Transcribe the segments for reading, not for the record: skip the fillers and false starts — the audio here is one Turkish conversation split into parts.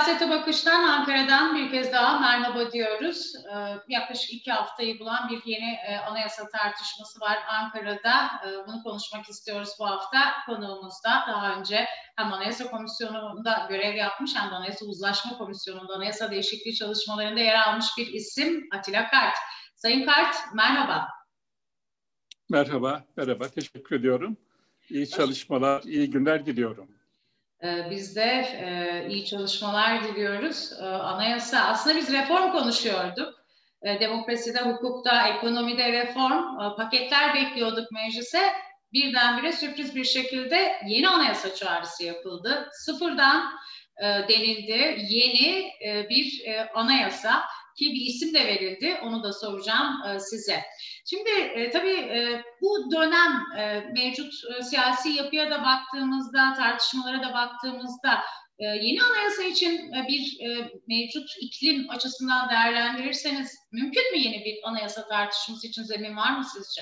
Siyasete Bakış'tan Ankara'dan bir kez daha merhaba diyoruz. Yaklaşık 2 haftayı bulan bir yeni anayasa tartışması var Ankara'da. Bunu konuşmak istiyoruz bu hafta. Konuğumuz da daha önce hem Anayasa Komisyonu'nda görev yapmış hem de Anayasa Uzlaşma Komisyonu'nda anayasa değişikliği çalışmalarında yer almış bir isim Atilla Kart. Sayın Kart, merhaba. Merhaba. Teşekkür ediyorum. İyi çalışmalar, iyi günler diliyorum. Biz de iyi çalışmalar diliyoruz. Anayasa, aslında biz reform konuşuyorduk. Demokraside, hukukta, ekonomide reform, paketler bekliyorduk meclise. Birdenbire sürpriz bir şekilde yeni anayasa çağrısı yapıldı. Sıfırdan denildi, yeni bir anayasa ki bir isim de verildi. Onu da soracağım size. Şimdi tabii bu dönem mevcut siyasi yapıya da baktığımızda, tartışmalara da baktığımızda yeni anayasa için bir mevcut iklim açısından değerlendirirseniz mümkün mü yeni bir anayasa tartışması için zemin var mı sizce?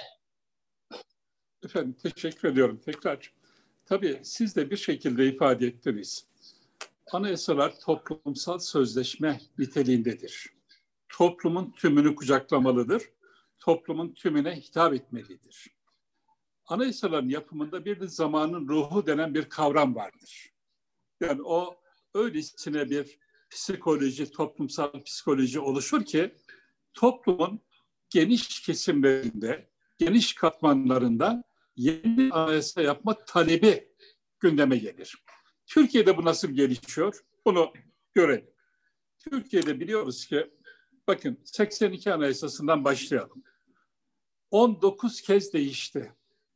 Efendim teşekkür ediyorum tekrar. Tabii siz de bir şekilde ifade ettiniz. Anayasalar toplumsal sözleşme niteliğindedir. Toplumun tümünü kucaklamalıdır. Toplumun tümüne hitap etmelidir. Anayasaların yapımında bir de zamanın ruhu denen bir kavram vardır. Yani o öylesine bir psikoloji, toplumsal psikoloji oluşur ki toplumun geniş kesimlerinde, geniş katmanlarında yeni anayasa yapma talebi gündeme gelir. Türkiye'de bu nasıl gelişiyor? Bunu görelim. Türkiye'de biliyoruz ki, bakın 82 Anayasası'ndan başlayalım. 19 kez değişti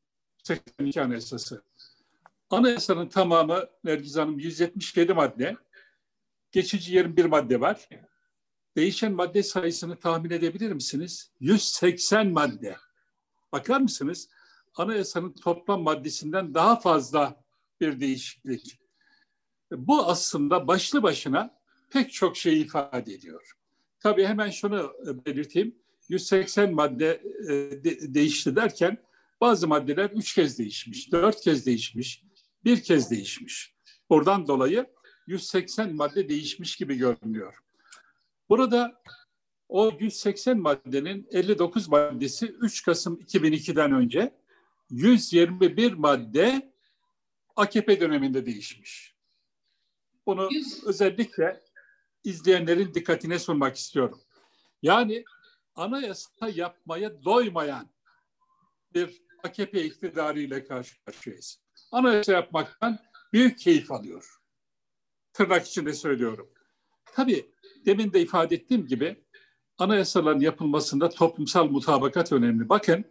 82 Anayasası. Anayasanın tamamı Nergiz Hanım 177 madde, geçici 21 madde var. Değişen madde sayısını tahmin edebilir misiniz? 180 madde. Bakar mısınız? Anayasanın toplam maddesinden daha fazla bir değişiklik. Bu aslında başlı başına pek çok şey ifade ediyor. Tabii hemen şunu belirteyim. 180 madde değişti derken bazı maddeler 3 kez değişmiş, 4 kez değişmiş, 1 kez değişmiş. Oradan dolayı 180 madde değişmiş gibi görünüyor. Burada o 180 maddenin 59 maddesi 3 Kasım 2002'den önce, 121 madde AKP döneminde değişmiş. Bunu özellikle izleyenlerin dikkatine sunmak istiyorum. Yani anayasa yapmaya doymayan bir AKP iktidarıyla karşı karşıyayız. Anayasa yapmaktan büyük keyif alıyor. Tırnak içinde söylüyorum. Tabii demin de ifade ettiğim gibi anayasaların yapılmasında toplumsal mutabakat önemli. Bakın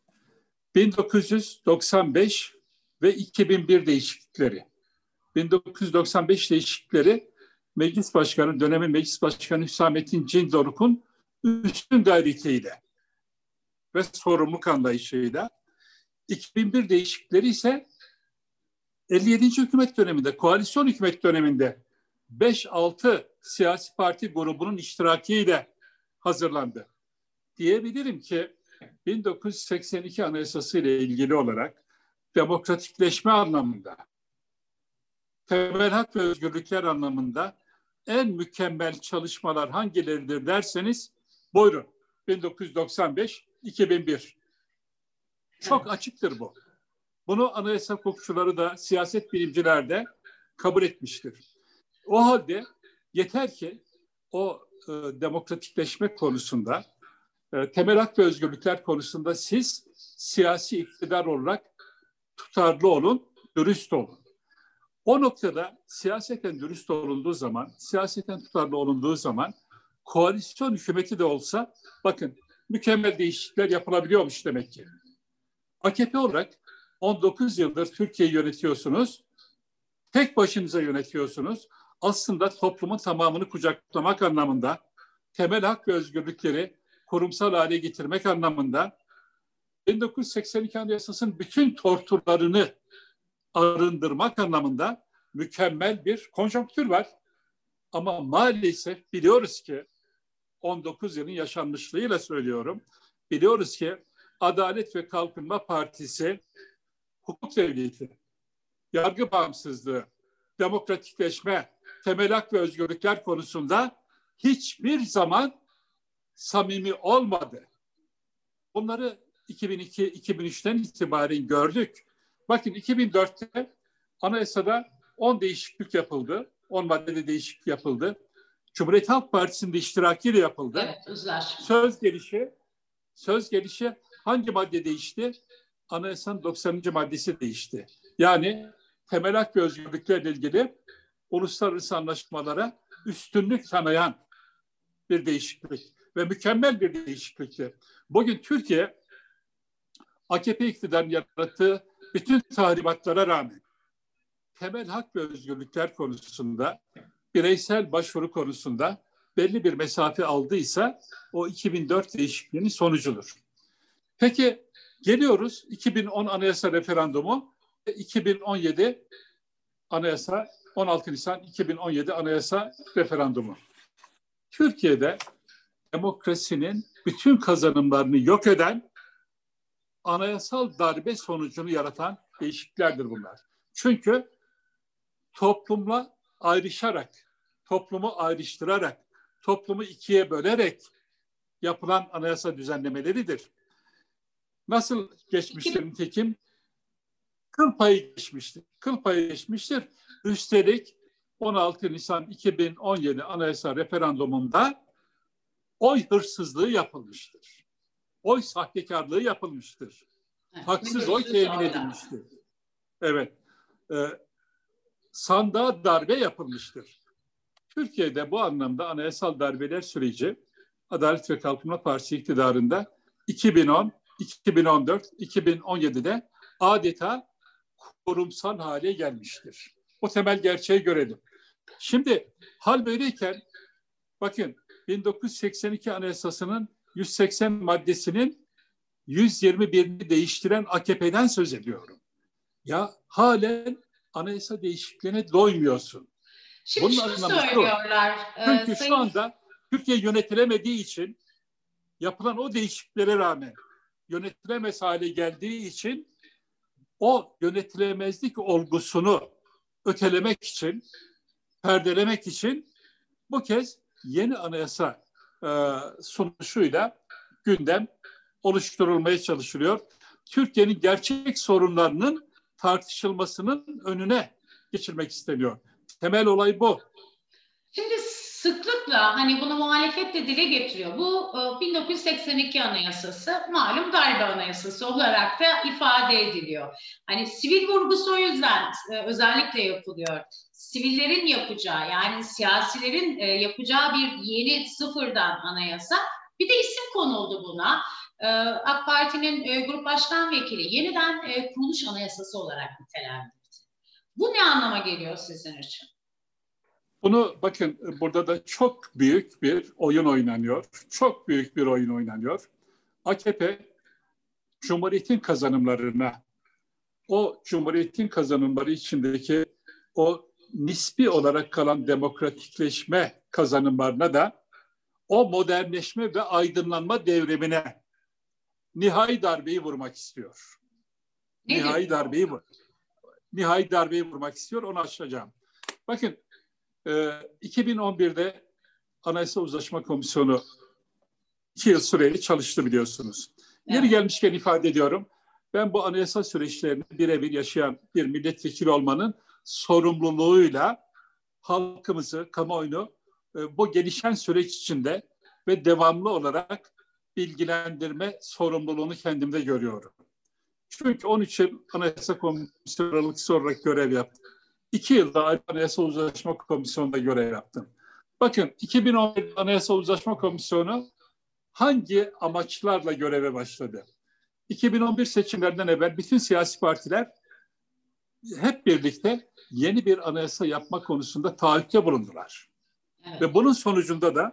1995 ve 2001 değişiklikleri. 1995 değişiklikleri dönemin Meclis Başkanı Hüsamettin Cindoruk'un üstün gayretiyle ve sorumluluk anlayışıyla. 2001 değişiklikleri ise 57. hükümet döneminde, koalisyon hükümet döneminde 5-6 siyasi parti grubunun iştirakiyle hazırlandı. Diyebilirim ki 1982 Anayasası ile ilgili olarak demokratikleşme anlamında, temel hak ve özgürlükler anlamında en mükemmel çalışmalar hangileridir derseniz buyurun 1995-2001. Çok açıktır bu. Bunu anayasa hukukçuları da siyaset bilimciler de kabul etmiştir. O halde yeter ki o demokratikleşme konusunda, temel hak ve özgürlükler konusunda siz siyasi iktidar olarak tutarlı olun, dürüst olun. O noktada siyaseten dürüst olunduğu zaman, siyaseten tutarlı olunduğu zaman koalisyon hükümeti de olsa bakın mükemmel değişiklikler yapılabiliyormuş demek ki. AKP olarak 19 yıldır Türkiye'yi yönetiyorsunuz. Tek başınıza yönetiyorsunuz. Aslında toplumun tamamını kucaklamak anlamında, temel hak ve özgürlükleri kurumsal hale getirmek anlamında 1982 Anayasası'nın bütün torturlarını arındırmak anlamında mükemmel bir konjonktür var. Ama maalesef biliyoruz ki 19 yılın yaşanmışlığıyla söylüyorum. Biliyoruz ki Adalet ve Kalkınma Partisi hukuk devleti, yargı bağımsızlığı, demokratikleşme, temel hak ve özgürlükler konusunda hiçbir zaman samimi olmadı. Bunları 2002-2003'ten itibaren gördük. Bakın 2004'te anayasada 10 değişiklik yapıldı. 10 maddede değişiklik yapıldı. Cumhuriyet Halk Partisi'nin de iştirakiyle yapıldı. Evet, uzlaşma. Söz gelişi hangi madde değişti? Anayasanın 90. maddesi değişti. Yani temel hak ve özgürlüklerle ilgili uluslararası anlaşmalara üstünlük tanıyan bir değişiklik ve mükemmel bir değişiklikti. Bugün Türkiye AKP iktidarının yarattığı bütün tahribatlara rağmen temel hak ve özgürlükler konusunda, bireysel başvuru konusunda belli bir mesafe aldıysa o 2004 değişikliğinin sonucudur. Peki geliyoruz 2010 anayasa referandumu, 2017 anayasa, 16 Nisan 2017 anayasa referandumu. Türkiye'de demokrasinin bütün kazanımlarını yok eden, anayasal darbe sonucunu yaratan değişikliklerdir bunlar. Çünkü toplumla ayrışarak, toplumu ayrıştırarak, toplumu ikiye bölerek yapılan anayasa düzenlemeleridir. Nasıl geçmiştir nitekim? Kıl payı geçmiştir. Kıl payı geçmiştir. Üstelik 16 Nisan 2017 anayasa referandumunda oy hırsızlığı yapılmıştır. Oy sahtekarlığı yapılmıştır. Haksız oy temin edilmiştir. Evet. Sandığa darbe yapılmıştır. Türkiye'de bu anlamda anayasal darbeler süreci Adalet ve Kalkınma Partisi iktidarında 2010, 2014, 2017'de adeta kurumsal hale gelmiştir. O temel gerçeği görelim. Şimdi hal böyleyken bakın 1982 Anayasası'nın 180 maddesinin 121'ini değiştiren AKP'den söz ediyorum. Ya halen anayasa değişikliğine doymuyorsun. Şimdi şunu söylüyorlar. Çünkü şu anda Türkiye yönetilemediği için, yapılan o değişikliklere rağmen yönetilemez hale geldiği için o yönetilemezlik olgusunu ötelemek için, perdelemek için bu kez yeni anayasa sunuşuyla gündem oluşturulmaya çalışılıyor. Türkiye'nin gerçek sorunlarının tartışılmasının önüne geçirmek isteniyor. Temel olay bu. Şimdi sıklıkla hani bunu muhalefet de dile getiriyor. Bu 1982 Anayasası malum darbe anayasası olarak da ifade ediliyor. Hani sivil vurgusu o yüzden özellikle yapılıyor. Sivillerin yapacağı, yani siyasilerin yapacağı bir yeni sıfırdan anayasa. Bir de isim konuldu buna. AK Parti'nin Grup Başkan Vekili yeniden kuruluş anayasası olarak nitelendirdi. Bu ne anlama geliyor sizin için? Bunu bakın, burada da çok büyük bir oyun oynanıyor. Çok büyük bir oyun oynanıyor. AKP Cumhuriyet'in kazanımlarına, o Cumhuriyet'in kazanımları içindeki o nispi olarak kalan demokratikleşme kazanımlarına da o modernleşme ve aydınlanma devrimine nihai darbeyi vurmak istiyor. Nihai darbeyi vurmak istiyor, onu açacağım. Bakın 2011'de Anayasa Uzlaşma Komisyonu 2 yıl süreli çalıştı biliyorsunuz. Evet. Yeri gelmişken ifade ediyorum. Ben bu anayasa süreçlerini birebir yaşayan bir milletvekili olmanın sorumluluğuyla halkımızı, kamuoyunu bu gelişen süreç içinde ve devamlı olarak bilgilendirme sorumluluğunu kendimde görüyorum. Çünkü 13 yıl Anayasa Komisyonu aralıksız olarak görev yaptım. 2 yılda Anayasa Uzlaşma Komisyonu'nda görev yaptım. Bakın 2011 Anayasa Uzlaşma Komisyonu hangi amaçlarla göreve başladı? 2011 seçimlerinden evvel bütün siyasi partiler hep birlikte yeni bir anayasa yapma konusunda taahhütte bulundular. Evet. Ve bunun sonucunda da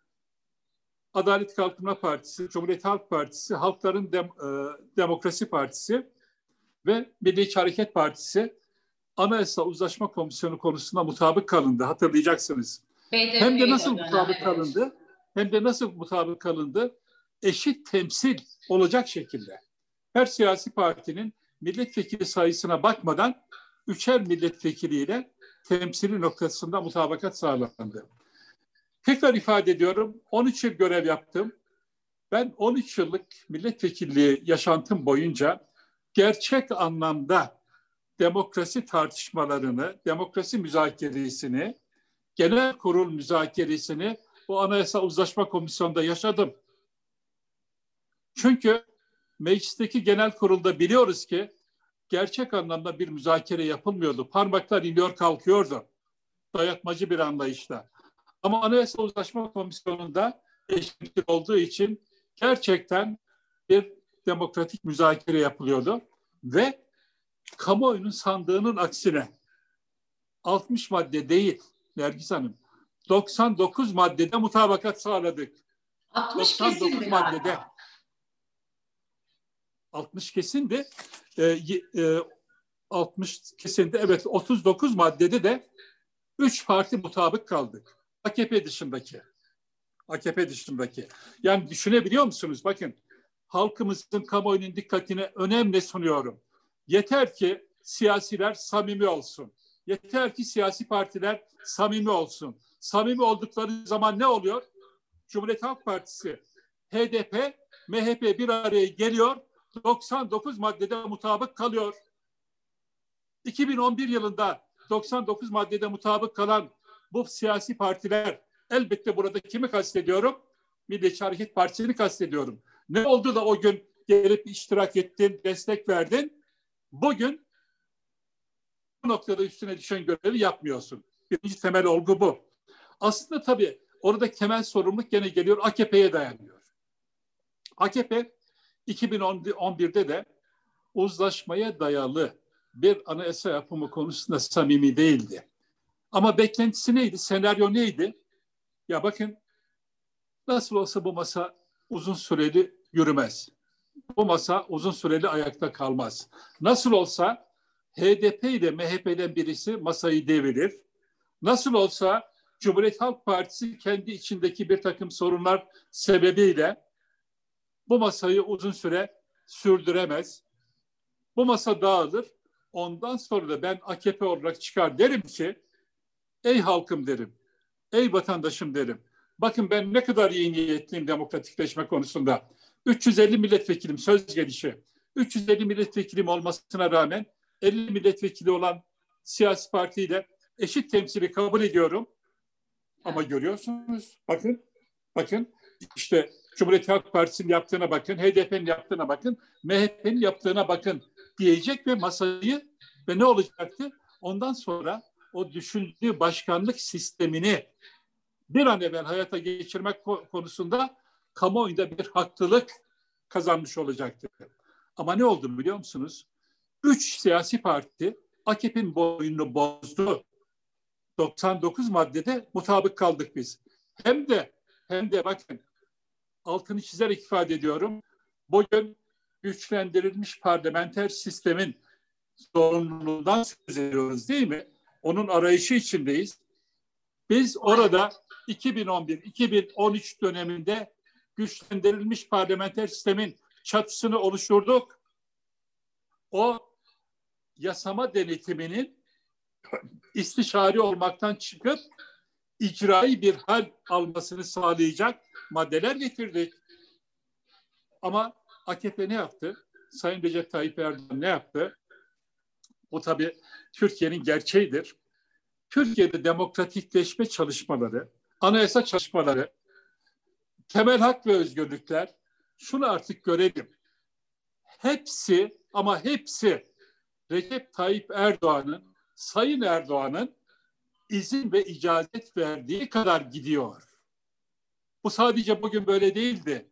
Adalet Kalkınma Partisi, Cumhuriyet Halk Partisi, Halkların Demokrasi Partisi ve Milliyetçi Hareket Partisi Anayasa Uzlaşma Komisyonu konusunda mutabık kalındı. Hatırlayacaksınız. Hem de nasıl mutabık kalındı? Hem de nasıl mutabık kalındı? Eşit temsil olacak şekilde. Her siyasi partinin milletvekili sayısına bakmadan 3'er milletvekiliyle temsili noktasında mutabakat sağlandı. Tekrar ifade ediyorum, 13 yıl görev yaptım. Ben 13 yıllık milletvekilliği yaşantım boyunca gerçek anlamda demokrasi tartışmalarını, demokrasi müzakeresini, genel kurul müzakeresini bu Anayasa Uzlaşma Komisyonu'nda yaşadım. Çünkü meclisteki genel kurulda biliyoruz ki gerçek anlamda bir müzakere yapılmıyordu. Parmaklar iniyor kalkıyordu. Dayatmacı bir anlayışla. Ama Anayasa Uzlaşma Komisyonu'nda eşitlik olduğu için gerçekten bir demokratik müzakere yapılıyordu. Ve kamuoyunun sandığının aksine 60 madde değil Nergis Hanım, 99 maddede mutabakat sağladık. 60 99 maddede. 60 kesindi. 60 kesindi. Evet, 39 maddede de 3 parti mutabık kaldık. AKP dışındaki. AKP dışındaki. Yani düşünebiliyor musunuz? Bakın, halkımızın, kamuoyunun dikkatine önemli sunuyorum. Yeter ki siyasiler samimi olsun. Yeter ki siyasi partiler samimi olsun. Samimi oldukları zaman ne oluyor? Cumhuriyet Halk Partisi, HDP, MHP bir araya geliyor. 99 maddede mutabık kalıyor. 2011 yılında 99 maddede mutabık kalan bu siyasi partiler, elbette burada kimi kastediyorum? Milliyetçi Hareket Partisi'ni kastediyorum. Ne oldu da o gün gelip iştirak ettin, destek verdin? Bugün bu noktada üstüne düşen görevi yapmıyorsun. Birinci temel olgu bu. Aslında tabii orada temel sorumluluk gene geliyor, AKP'ye dayanıyor. AKP 2011'de de uzlaşmaya dayalı bir anayasa yapımı konusunda samimi değildi. Ama beklentisi neydi? Senaryo neydi? Ya bakın, nasıl olsa bu masa uzun süreli yürümez. Bu masa uzun süreli ayakta kalmaz. Nasıl olsa HDP ile MHP'den birisi masayı devirir. Nasıl olsa Cumhuriyet Halk Partisi kendi içindeki bir takım sorunlar sebebiyle bu masayı uzun süre sürdüremez. Bu masa dağılır. Ondan sonra da ben AKP olarak çıkar derim ki, ey halkım derim, ey vatandaşım derim. Bakın ben ne kadar iyi niyetliyim demokratikleşme konusunda. 350 milletvekilim söz gelişi. 350 milletvekilim olmasına rağmen 50 milletvekili olan siyasi partiyle eşit temsili kabul ediyorum. Ama görüyorsunuz, bakın işte Cumhuriyet Halk Partisi'nin yaptığına bakın, HDP'nin yaptığına bakın, MHP'nin yaptığına bakın diyecek ve masayı ve ne olacaktı? Ondan sonra o düşündüğü başkanlık sistemini bir an evvel hayata geçirmek konusunda kamuoyunda bir haklılık kazanmış olacaktı. Ama ne oldu biliyor musunuz? 3 siyasi parti AKP'nin boynunu bozdu. 99 maddede mutabık kaldık biz. Hem de bakın, altını çizerek ifade ediyorum. Bugün güçlendirilmiş parlamenter sistemin zorunluluğundan söz ediyoruz değil mi? Onun arayışı içindeyiz. Biz orada 2011-2013 döneminde güçlendirilmiş parlamenter sistemin çatısını oluşturduk. O yasama denetiminin istişari olmaktan çıkıp icrai bir hal almasını sağlayacak maddeler getirdik. Ama AKP ne yaptı? Sayın Recep Tayyip Erdoğan ne yaptı? Bu tabii Türkiye'nin gerçeğidir. Türkiye'de demokratikleşme çalışmaları, anayasa çalışmaları, temel hak ve özgürlükler, şunu artık görelim. Hepsi ama hepsi Recep Tayyip Erdoğan'ın, Sayın Erdoğan'ın izin ve icazet verdiği kadar gidiyor. Bu sadece bugün böyle değildi.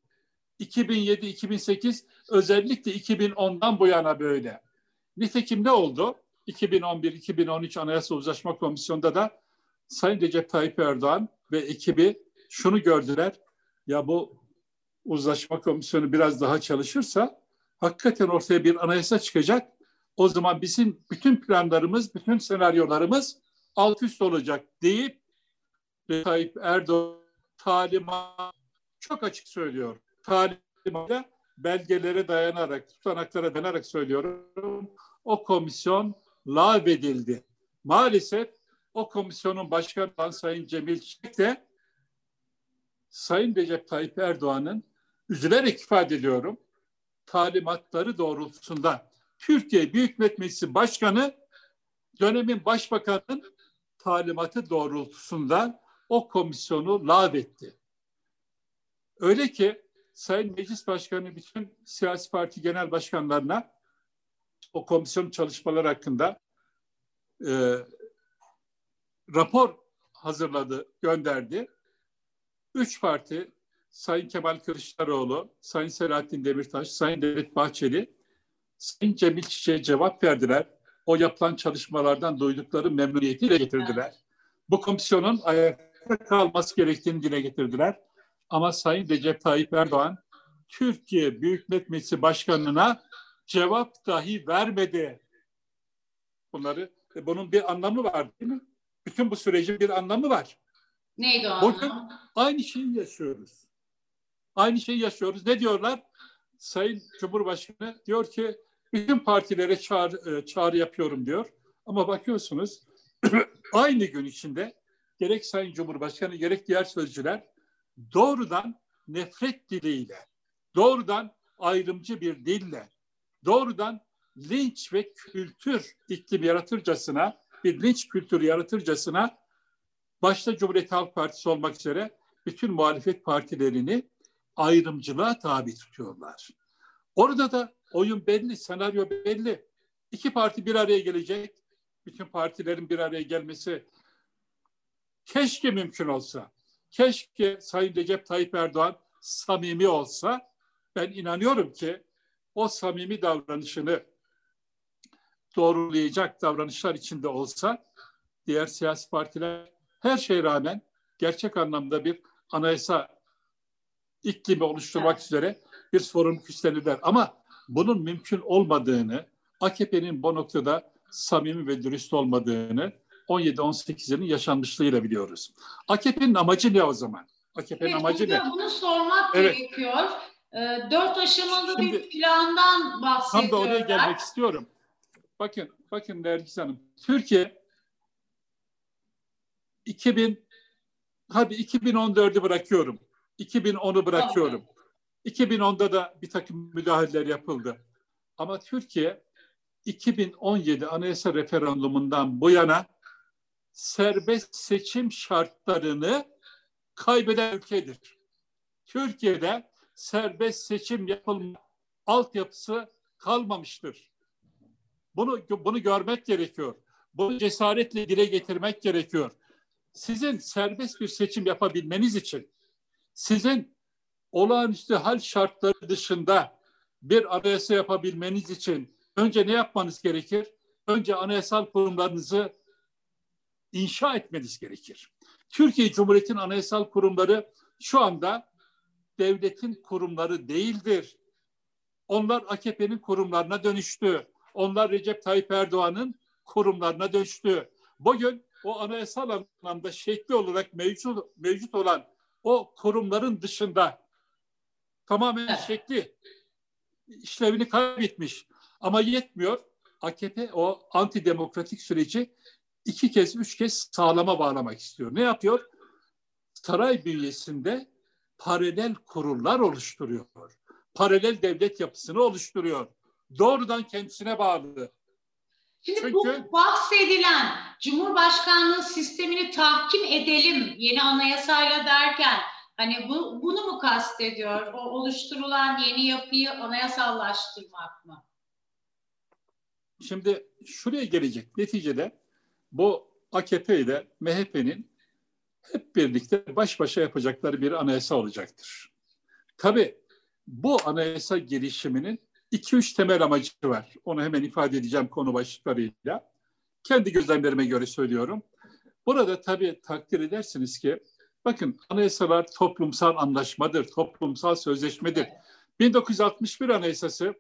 2007-2008, özellikle 2010'dan bu yana böyle. Nitekim ne oldu? 2011-2013 Anayasa Uzlaşma Komisyonu'nda da Sayın Recep Tayyip Erdoğan ve ekibi şunu gördüler. Ya bu uzlaşma komisyonu biraz daha çalışırsa hakikaten ortaya bir anayasa çıkacak. O zaman bizim bütün planlarımız, bütün senaryolarımız alt üst olacak deyip Tayyip Erdoğan talimat çok açık söylüyor. Talimatla belgelere dayanarak, tutanaklara dayanarak söylüyorum. O komisyon lağvedildi. Maalesef o komisyonun başkanı olan Sayın Cemil Çiçek de Sayın Recep Tayyip Erdoğan'ın, üzülerek ifade ediyorum, talimatları doğrultusunda Türkiye Büyük Millet Meclisi Başkanı dönemin başbakanının talimatı doğrultusunda o komisyonu lağvetti. Öyle ki Sayın Meclis Başkanı bütün siyasi parti genel başkanlarına o komisyon çalışmaları hakkında rapor hazırladı, gönderdi. 3 parti, Sayın Kemal Kılıçdaroğlu, Sayın Selahattin Demirtaş, Sayın Devlet Bahçeli, Sayın Cemil Çiçek'e cevap verdiler. O yapılan çalışmalardan duydukları memnuniyetiyle getirdiler. Bu komisyonun ayakta kalması gerektiğini dile getirdiler. Ama Sayın Recep Tayyip Erdoğan, Türkiye Büyük Millet Meclisi Başkanı'na cevap dahi vermedi. Bunun bir anlamı var değil mi? Bütün bu sürecin bir anlamı var. Neydi o anlamı? Bugün aynı şeyi yaşıyoruz. Aynı şeyi yaşıyoruz. Ne diyorlar? Sayın Cumhurbaşkanı diyor ki bütün partilere çağrı yapıyorum diyor. Ama bakıyorsunuz aynı gün içinde gerek Sayın Cumhurbaşkanı gerek diğer sözcüler doğrudan nefret diliyle, doğrudan ayrımcı bir dille, doğrudan linç ve kültür iklimi yaratırcasına, bir linç kültürü yaratırcasına başta Cumhuriyet Halk Partisi olmak üzere bütün muhalefet partilerini ayrımcılığa tabi tutuyorlar. Orada da oyun belli, senaryo belli. 2 parti bir araya gelecek. Bütün partilerin bir araya gelmesi keşke mümkün olsa. Keşke Sayın Recep Tayyip Erdoğan samimi olsa. Ben inanıyorum ki o samimi davranışını doğrulayacak davranışlar içinde olsa diğer siyasi partiler her şeye rağmen gerçek anlamda bir anayasa iklimi oluşturmak üzere bir sorumluluk üstlenirler. Ama bunun mümkün olmadığını, AKP'nin bu noktada samimi ve dürüst olmadığını 17-18'lerin yaşanmışlığıyla biliyoruz. AKP'nin amacı ne o zaman? AKP'nin amacı ne? Bunu sormak gerekiyor. 4 aşamalı bir plandan bahsediyorlar. Tam da oraya gelmek istiyorum. Bakın Nergis Hanım, Türkiye 2014'ü bırakıyorum. 2010'u bırakıyorum. 2010'da da bir takım müdahaleler yapıldı. Ama Türkiye 2017 Anayasa Referandumundan bu yana serbest seçim şartlarını kaybeden ülkedir. Türkiye'de serbest seçim yapılma altyapısı kalmamıştır. Bunu görmek gerekiyor. Bunu cesaretle dile getirmek gerekiyor. Sizin serbest bir seçim yapabilmeniz için, sizin olağanüstü hal şartları dışında bir anayasa yapabilmeniz için önce ne yapmanız gerekir? Önce anayasal kurumlarınızı inşa etmeniz gerekir. Türkiye Cumhuriyeti'nin anayasal kurumları şu anda devletin kurumları değildir. Onlar AKP'nin kurumlarına dönüştü. Onlar Recep Tayyip Erdoğan'ın kurumlarına dönüştü. Bugün o anayasal anlamda şekli olarak mevcut olan o kurumların dışında tamamen şekli işlevini kaybetmiş. Ama yetmiyor. AKP o antidemokratik süreci 2 kez, 3 kez sağlama bağlamak istiyor. Ne yapıyor? Saray bünyesinde paralel kurullar oluşturuyor. Paralel devlet yapısını oluşturuyor. Doğrudan kendisine bağlı. Şimdi bu bahsedilen Cumhurbaşkanlığı sistemini tahkim edelim yeni anayasayla derken hani bunu mu kastediyor? O oluşturulan yeni yapıyı anayasallaştırmak mı? Şimdi şuraya gelecek. Neticede bu AKP ile MHP'nin hep birlikte baş başa yapacakları bir anayasa olacaktır. Tabii bu anayasa gelişiminin 2-3 temel amacı var. Onu hemen ifade edeceğim konu başlıklarıyla. Kendi gözlemlerime göre söylüyorum. Burada tabii takdir edersiniz ki bakın anayasalar toplumsal anlaşmadır, toplumsal sözleşmedir. 1961 Anayasası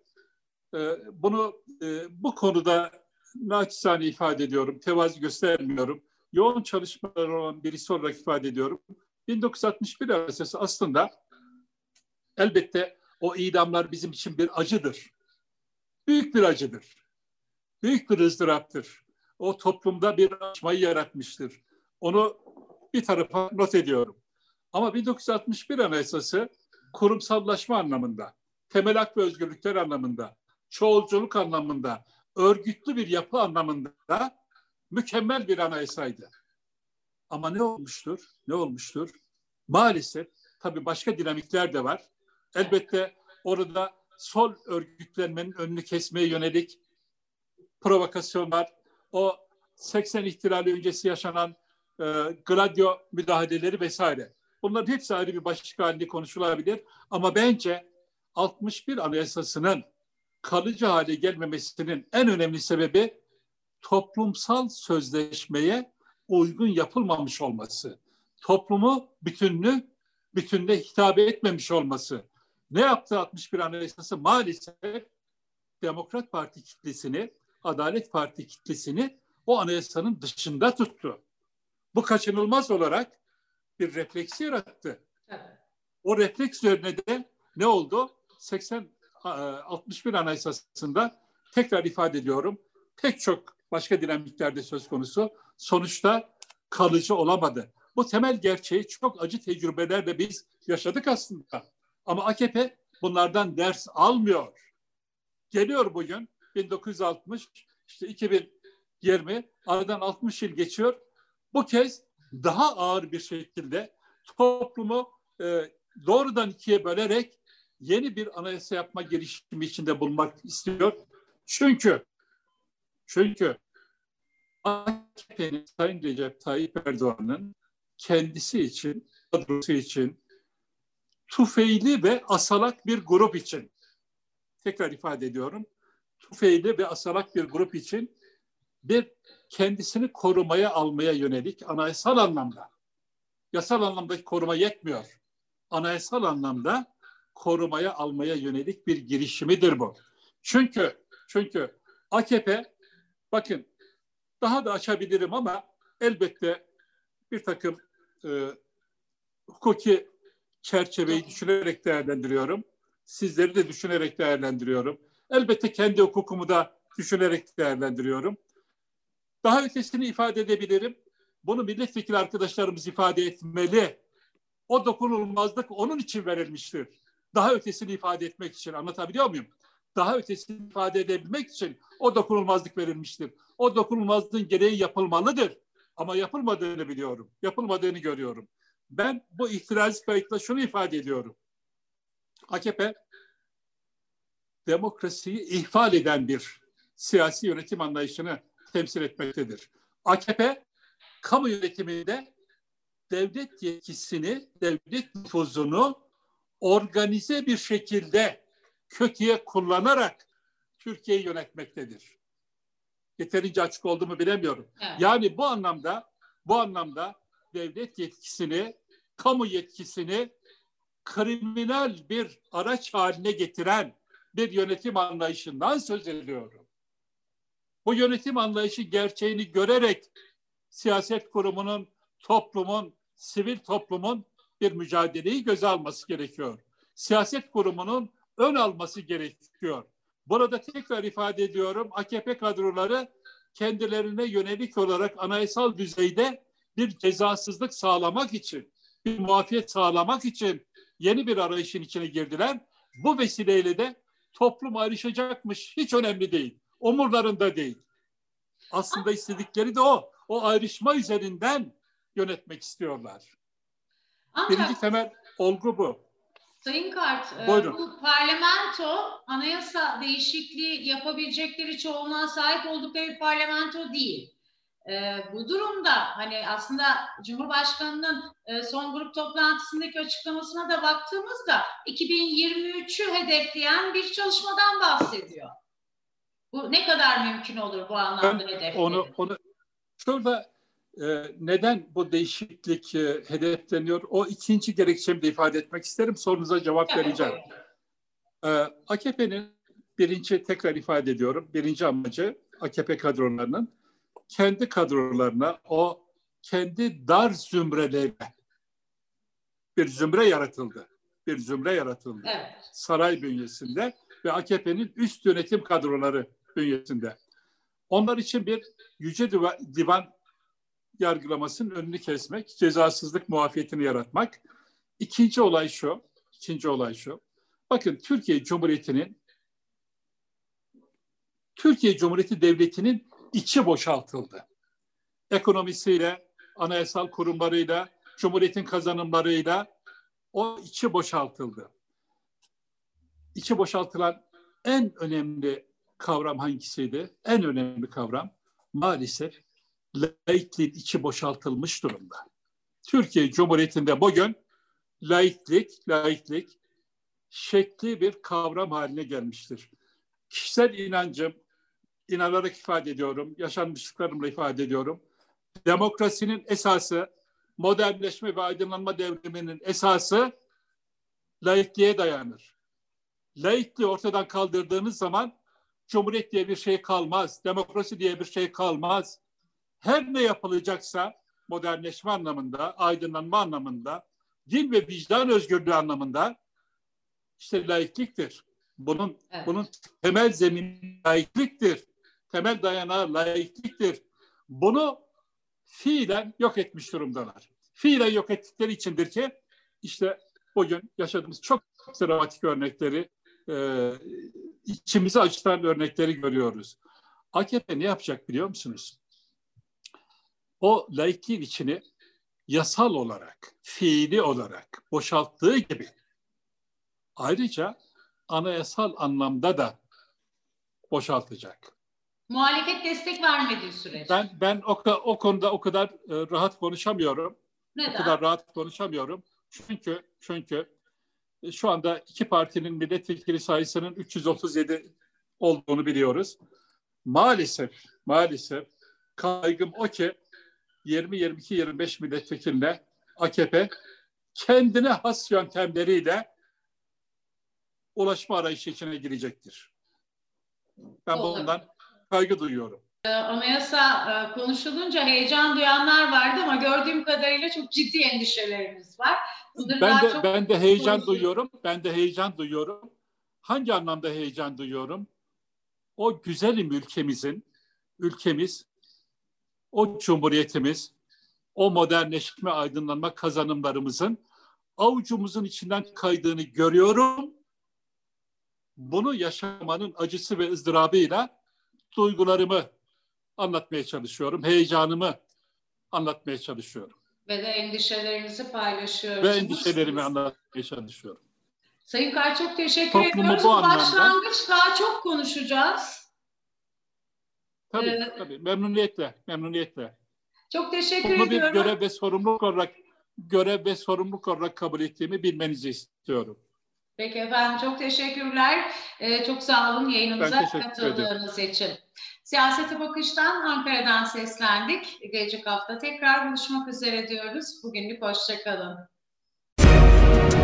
bu konuda naçizane ifade ediyorum, tevazu göstermiyorum. Yoğun çalışmalar olan birisi olarak ifade ediyorum. 1961 Anayasası aslında elbette o idamlar bizim için bir acıdır. Büyük bir acıdır. Büyük bir ızdıraptır. o toplumda bir açmayı yaratmıştır. Onu bir tarafa not ediyorum. Ama 1961 Anayasası kurumsallaşma anlamında, temel hak ve özgürlükler anlamında, çoğulculuk anlamında, örgütlü bir yapı anlamında mükemmel bir anayasaydı. Ama ne olmuştur? Ne olmuştur? Maalesef tabii başka dinamikler de var. Elbette orada sol örgütlenmenin önünü kesmeye yönelik provokasyonlar, o 80 ihtilali öncesi yaşanan Gladio müdahaleleri vesaire. Bunların hepsi ayrı bir başlık halinde konuşulabilir. Ama bence 61 Anayasası'nın kalıcı hale gelmemesinin en önemli sebebi toplumsal sözleşmeye uygun yapılmamış olması. Toplumu bütününe hitap etmemiş olması. Ne yaptı 61 Anayasası? Maalesef Demokrat Parti kitlesini, Adalet Parti kitlesini o anayasanın dışında tuttu. Bu kaçınılmaz olarak bir refleks yarattı. O refleks üzerine de ne oldu? 61 Anayasası'nda tekrar ifade ediyorum, pek çok başka dinamiklerde söz konusu. Sonuçta kalıcı olamadı. Bu temel gerçeği çok acı tecrübelerle biz yaşadık aslında. Ama AKP bunlardan ders almıyor. Geliyor bugün 1960, işte 2020, aradan 60 yıl geçiyor. Bu kez daha ağır bir şekilde toplumu doğrudan ikiye bölerek yeni bir anayasa yapma girişimi içinde bulunmak istiyor. Çünkü AKP'nin, Sayın Recep Tayyip Erdoğan'ın kendisi için, kadrosu için, tufeyli ve asalak bir grup için, tekrar ifade ediyorum, tufeyli ve asalak bir grup için bir kendisini korumaya almaya yönelik anayasal anlamda, yasal anlamdaki koruma yetmiyor. Anayasal anlamda korumaya almaya yönelik bir girişimidir bu. Çünkü AKP, bakın daha da açabilirim ama elbette bir takım hukuki çerçeveyi düşünerek değerlendiriyorum. Sizleri de düşünerek değerlendiriyorum. Elbette kendi hukukumu da düşünerek değerlendiriyorum. Daha ötesini ifade edebilirim. Bunu milletvekili arkadaşlarımız ifade etmeli. O dokunulmazlık onun için verilmiştir. Daha ötesini ifade etmek için, anlatabiliyor muyum? Daha ötesini ifade edebilmek için o dokunulmazlık verilmiştir. O dokunulmazlığın gereği yapılmalıdır. Ama yapılmadığını biliyorum. Yapılmadığını görüyorum. Ben bu ihtiraz kayıtla şunu ifade ediyorum. AKP demokrasiyi ihfal eden bir siyasi yönetim anlayışını temsil etmektedir. AKP kamu yönetiminde devlet yetkisini, devlet nüfuzunu organize bir şekilde kötüye kullanarak Türkiye'yi yönetmektedir. Yeterince açık oldu mu bilemiyorum. Evet. Yani bu anlamda devlet yetkisini, kamu yetkisini kriminal bir araç haline getiren bir yönetim anlayışından söz ediyorum. Bu yönetim anlayışı gerçeğini görerek siyaset kurumunun, toplumun, sivil toplumun bir mücadeleyi göze alması gerekiyor. Siyaset kurumunun ön alması gerekiyor. Burada tekrar ifade ediyorum, AKP kadroları kendilerine yönelik olarak anayasal düzeyde bir cezasızlık sağlamak için, bir muafiyet sağlamak için yeni bir arayışın içine girdiler. Bu vesileyle de toplum ayrışacakmış, hiç önemli değil. Umurlarında değil. Aslında istedikleri de o. O ayrışma üzerinden yönetmek istiyorlar. Birinci temel olgu bu. Sayın Kart, Buyurun. Bu parlamento anayasa değişikliği yapabilecekleri çoğunluğa sahip oldukları bir parlamento değil. Bu durumda hani aslında Cumhurbaşkanı'nın son grup toplantısındaki açıklamasına da baktığımızda 2023'ü hedefleyen bir çalışmadan bahsediyor. Bu ne kadar mümkün olur bu anlamda hedefleri? Şurada neden bu değişiklik hedefleniyor? O ikinci gerekçemi de ifade etmek isterim. Sorunuza cevap vereceğim. AKP'nin tekrar ifade ediyorum, birinci amacı AKP kadrolarının kendi kadrolarına, o kendi dar zümrelerine bir zümre yaratıldı. Evet. Saray bünyesinde ve AKP'nin üst yönetim kadroları bünyesinde. Onlar için bir yüce divan yargılamasının önünü kesmek, cezasızlık muafiyetini yaratmak. İkinci olay şu. Bakın Türkiye Cumhuriyeti Devleti'nin içi boşaltıldı. Ekonomisiyle, anayasal kurumlarıyla, Cumhuriyet'in kazanımlarıyla o içi boşaltıldı. İçi boşaltılan en önemli kavram hangisiydi? En önemli kavram maalesef laikliğin içi boşaltılmış durumda. Türkiye Cumhuriyeti'nde bugün laiklik şekli bir kavram haline gelmiştir. Kişisel inancım, inanarak ifade ediyorum, yaşanmışlıklarımla ifade ediyorum. Demokrasinin esası, modernleşme ve aydınlanma devriminin esası laikliğe dayanır. Laikliği ortadan kaldırdığınız zaman Cumhuriyet diye bir şey kalmaz, demokrasi diye bir şey kalmaz. Her ne yapılacaksa modernleşme anlamında, aydınlanma anlamında, din ve vicdan özgürlüğü anlamında işte laikliktir. Bunun temel zemini laikliktir. Temel dayanağı laikliktir. Bunu fiilen yok etmiş durumdalar. Fiilen yok ettikleri içindir ki işte bugün yaşadığımız çok dramatik örnekleri, içimizi acıtan örnekleri görüyoruz. AKP ne yapacak biliyor musunuz? O laikliğin içini yasal olarak, fiili olarak boşalttığı gibi ayrıca anayasal anlamda da boşaltacak. Muhalefet destek vermediği sürece. Ben o konuda o kadar rahat konuşamıyorum. Neden? O kadar rahat konuşamıyorum. Çünkü şu anda iki partinin milletvekili sayısının 337 olduğunu biliyoruz. Maalesef kaygım o ki 20, 22, 25 milletvekiline AKP kendine has yöntemleriyle ulaşma arayışı içine girecektir. Ben bundan kaygı duyuyorum. Anayasa konuşulunca heyecan duyanlar vardı ama gördüğüm kadarıyla çok ciddi endişelerimiz var. Ben de heyecan duyuyorum. Hangi anlamda heyecan duyuyorum? O güzelim ülkemiz, o cumhuriyetimiz, o modernleşme, aydınlanma kazanımlarımızın avucumuzun içinden kaydığını görüyorum. Bunu yaşamanın acısı ve ızdırabıyla duygularımı anlatmaya çalışıyorum. Heyecanımı anlatmaya çalışıyorum. Ve de endişelerinizi paylaşıyoruz. Ve endişelerimi anlatmaya çalışıyorum. Sayın Kar çok teşekkür ediyoruz. Bu başlangıç, daha çok konuşacağız. Tabii. Memnuniyetle. Çok teşekkür ediyorum. Bunu bir görev ve sorumluluk olarak kabul ettiğimi bilmenizi istiyorum. Peki efendim, çok teşekkürler. Çok sağ olun yayınımıza katıldığınız için. Siyasete Bakış'tan Ankara'dan seslendik. Gelecek hafta tekrar buluşmak üzere diyoruz. Bugünlük hoşça kalın.